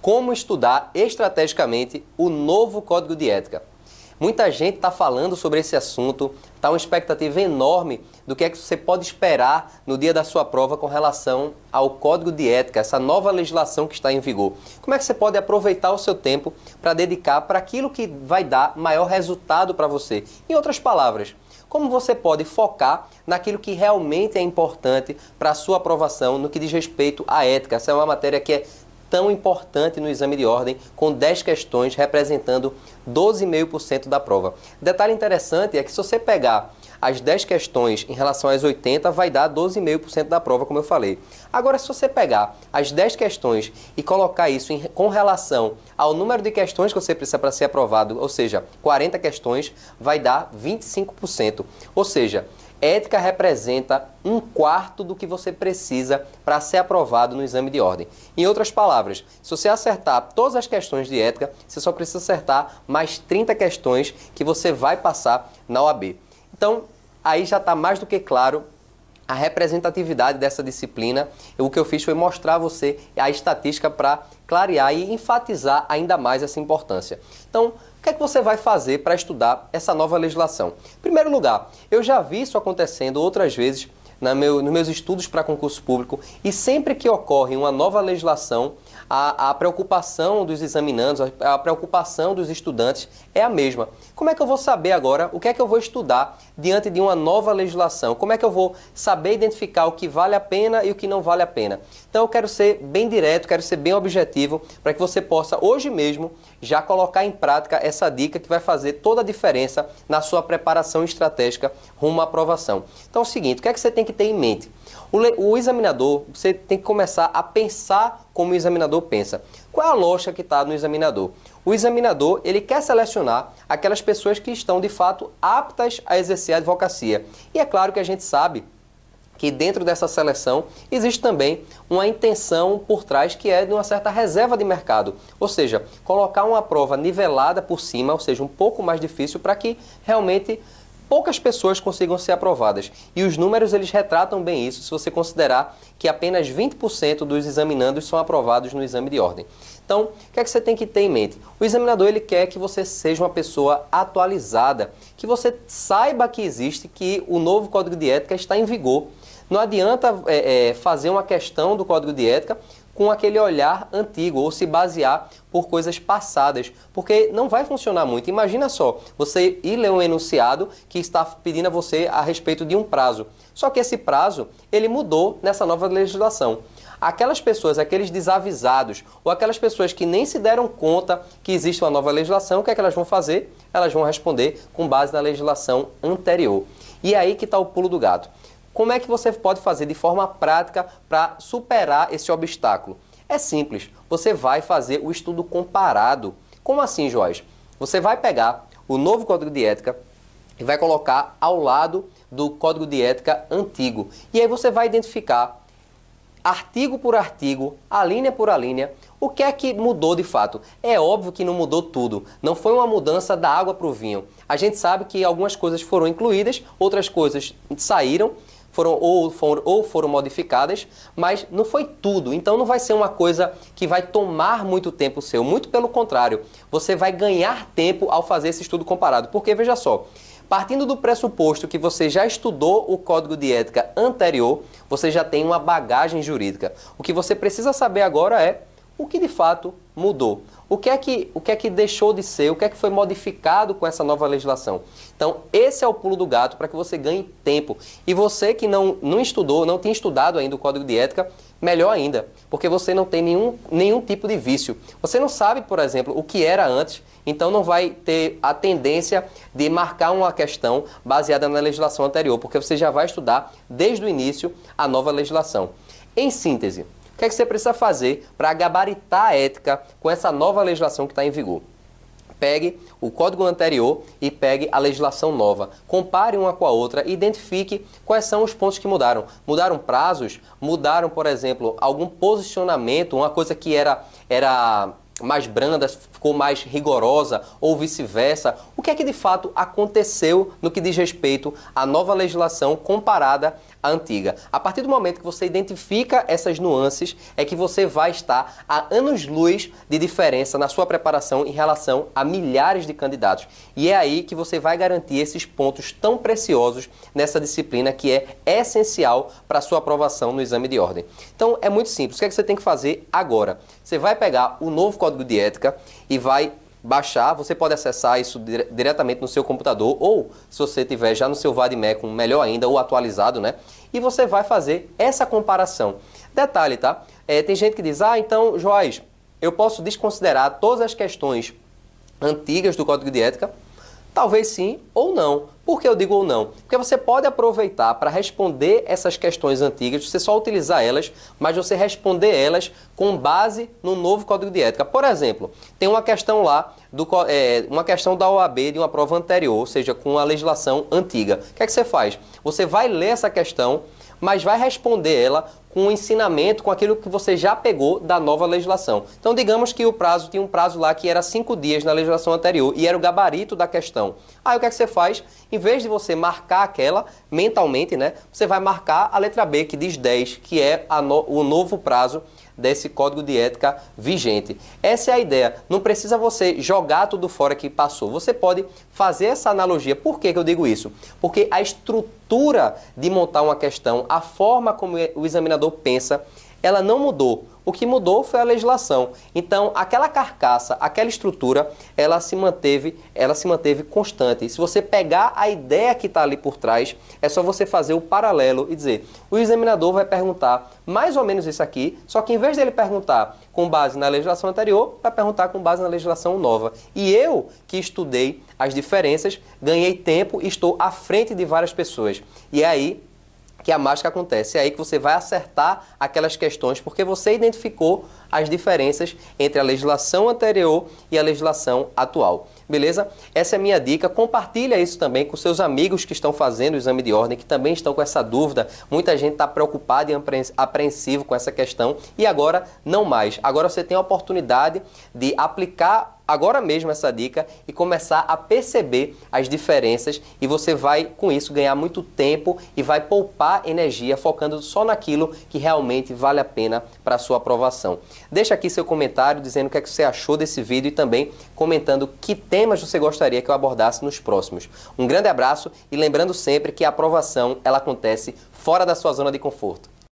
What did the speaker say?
como estudar estrategicamente o novo Código de Ética. Muita gente está falando sobre esse assunto, está uma expectativa enorme do que é que você pode esperar no dia da sua prova com relação ao Código de Ética, essa nova legislação que está em vigor. Como é que você pode aproveitar o seu tempo para dedicar para aquilo que vai dar maior resultado para você? Em outras palavras, como você pode focar naquilo que realmente é importante para a sua aprovação no que diz respeito à ética? Essa é uma matéria que é tão importante no exame de ordem, com 10 questões representando 12,5% da prova. Detalhe interessante é que se você pegar as 10 questões em relação às 80, vai dar 12,5% da prova, como eu falei. Agora, se você pegar as 10 questões e colocar isso com relação ao número de questões que você precisa para ser aprovado, ou seja, 40 questões, vai dar 25%. Ou seja, ética representa 1/4 do que você precisa para ser aprovado no exame de ordem. Em outras palavras, se você acertar todas as questões de ética, você só precisa acertar mais 30 questões que você vai passar na OAB. Então, aí já está mais do que claro a representatividade dessa disciplina. O que eu fiz foi mostrar a você a estatística para clarear e enfatizar ainda mais essa importância. Então, o que é que você vai fazer para estudar essa nova legislação? Em primeiro lugar, eu já vi isso acontecendo outras vezes nos meus estudos para concurso público, e sempre que ocorre uma nova legislação, a preocupação dos examinandos, a preocupação dos estudantes é a mesma. Como é que eu vou saber agora o que é que eu vou estudar diante de uma nova legislação? Como é que eu vou saber identificar o que vale a pena e o que não vale a pena? Então eu quero ser bem direto, quero ser bem objetivo, para que você possa hoje mesmo já colocar em prática essa dica que vai fazer toda a diferença na sua preparação estratégica rumo à aprovação. Então é o seguinte, o que é que você tem que ter em mente? O examinador, você tem que começar a pensar como o examinador pensa. Qual é a lógica que está no examinador? O examinador, ele quer selecionar aquelas pessoas que estão, de fato, aptas a exercer a advocacia. E é claro que a gente sabe que dentro dessa seleção existe também uma intenção por trás que é de uma certa reserva de mercado. Ou seja, colocar uma prova nivelada por cima, ou seja, um pouco mais difícil para que realmente poucas pessoas consigam ser aprovadas. E os números, eles retratam bem isso, se você considerar que apenas 20% dos examinandos são aprovados no exame de ordem. Então, o que é que você tem que ter em mente? O examinador, ele quer que você seja uma pessoa atualizada, que você saiba que existe, que o novo Código de Ética está em vigor. Não adianta fazer uma questão do Código de Ética com aquele olhar antigo ou se basear por coisas passadas, porque não vai funcionar muito. Imagina só, você ir ler um enunciado que está pedindo a você a respeito de um prazo. Só que esse prazo, ele mudou nessa nova legislação. Aquelas pessoas, aqueles desavisados, ou aquelas pessoas que nem se deram conta que existe uma nova legislação, o que é que elas vão fazer? Elas vão responder com base na legislação anterior. E é aí que está o pulo do gato. Como é que você pode fazer de forma prática para superar esse obstáculo? É simples, você vai fazer o estudo comparado. Como assim, Joás? Você vai pegar o novo Código de Ética e vai colocar ao lado do Código de Ética antigo. E aí você vai identificar, artigo por artigo, alínea por alínea, o que é que mudou de fato. É óbvio que não mudou tudo, não foi uma mudança da água para o vinho. A gente sabe que algumas coisas foram incluídas, outras coisas saíram, foram modificadas, mas não foi tudo. Então não vai ser uma coisa que vai tomar muito tempo seu. Muito pelo contrário, você vai ganhar tempo ao fazer esse estudo comparado. Porque, veja só, partindo do pressuposto que você já estudou o Código de Ética anterior, você já tem uma bagagem jurídica. O que você precisa saber agora é o que de fato mudou. O que é que deixou de ser, o que é que foi modificado com essa nova legislação. Então, esse é o pulo do gato para que você ganhe tempo. E você que não estudou, não tinha estudado ainda o Código de Ética, melhor ainda, porque você não tem nenhum tipo de vício. Você não sabe, por exemplo, o que era antes, então não vai ter a tendência de marcar uma questão baseada na legislação anterior, porque você já vai estudar desde o início a nova legislação. Em síntese, o que é que você precisa fazer para gabaritar a ética com essa nova legislação que está em vigor? Pegue o código anterior e pegue a legislação nova. Compare uma com a outra e identifique quais são os pontos que mudaram. Mudaram prazos? Mudaram, por exemplo, algum posicionamento? Uma coisa que era mais branda ficou mais rigorosa ou vice-versa? O que é que de fato aconteceu no que diz respeito à nova legislação comparada a antiga. A partir do momento que você identifica essas nuances, é que você vai estar a anos-luz de diferença na sua preparação em relação a milhares de candidatos. E é aí que você vai garantir esses pontos tão preciosos nessa disciplina que é essencial para a sua aprovação no exame de ordem. Então, é muito simples. O que é que você tem que fazer agora? Você vai pegar o novo Código de Ética e vai baixar, você pode acessar isso diretamente no seu computador ou, se você tiver já no seu Vademecum, melhor ainda, ou atualizado, né? E você vai fazer essa comparação. Detalhe, tá? Tem gente que diz, então, Joás, eu posso desconsiderar todas as questões antigas do Código de Ética? Talvez sim ou não. Por que eu digo ou não? Porque você pode aproveitar para responder essas questões antigas, você só utilizar elas, mas você responder elas com base no novo Código de Ética. Por exemplo, tem uma questão lá, uma questão da OAB de uma prova anterior, ou seja, com a legislação antiga. O que é que você faz? Você vai ler essa questão, mas vai responder ela com o ensinamento, com aquilo que você já pegou da nova legislação. Então, digamos que o prazo tinha um prazo lá que era 5 dias na legislação anterior e era o gabarito da questão. Aí o que é que você faz? Em vez de você marcar aquela mentalmente, né, você vai marcar a letra B, que diz 10, que é o novo prazo desse Código de Ética vigente. Essa é a ideia. Não precisa você jogar tudo fora que passou. Você pode fazer essa analogia. Por que eu digo isso? Porque a estrutura de montar uma questão, a forma como o examinador pensa, ela não mudou. O que mudou foi a legislação. Então, aquela carcaça, aquela estrutura, ela se manteve constante. E se você pegar a ideia que está ali por trás, é só você fazer o paralelo e dizer, o examinador vai perguntar mais ou menos isso aqui, só que em vez dele perguntar com base na legislação anterior, vai perguntar com base na legislação nova. E eu, que estudei as diferenças, ganhei tempo e estou à frente de várias pessoas. E é aí que a mágica acontece. É aí que você vai acertar aquelas questões, porque você identificou as diferenças entre a legislação anterior e a legislação atual. Beleza? Essa é a minha dica. Compartilha isso também com seus amigos que estão fazendo o exame de ordem, que também estão com essa dúvida. Muita gente está preocupada e apreensivo com essa questão. E agora, não mais. Agora você tem a oportunidade de aplicar agora mesmo essa dica e começar a perceber as diferenças, e você vai, com isso, ganhar muito tempo e vai poupar energia focando só naquilo que realmente vale a pena para a sua aprovação. Deixa aqui seu comentário dizendo o que é que você achou desse vídeo e também comentando que temas você gostaria que eu abordasse nos próximos. Um grande abraço e lembrando sempre que a aprovação ela acontece fora da sua zona de conforto.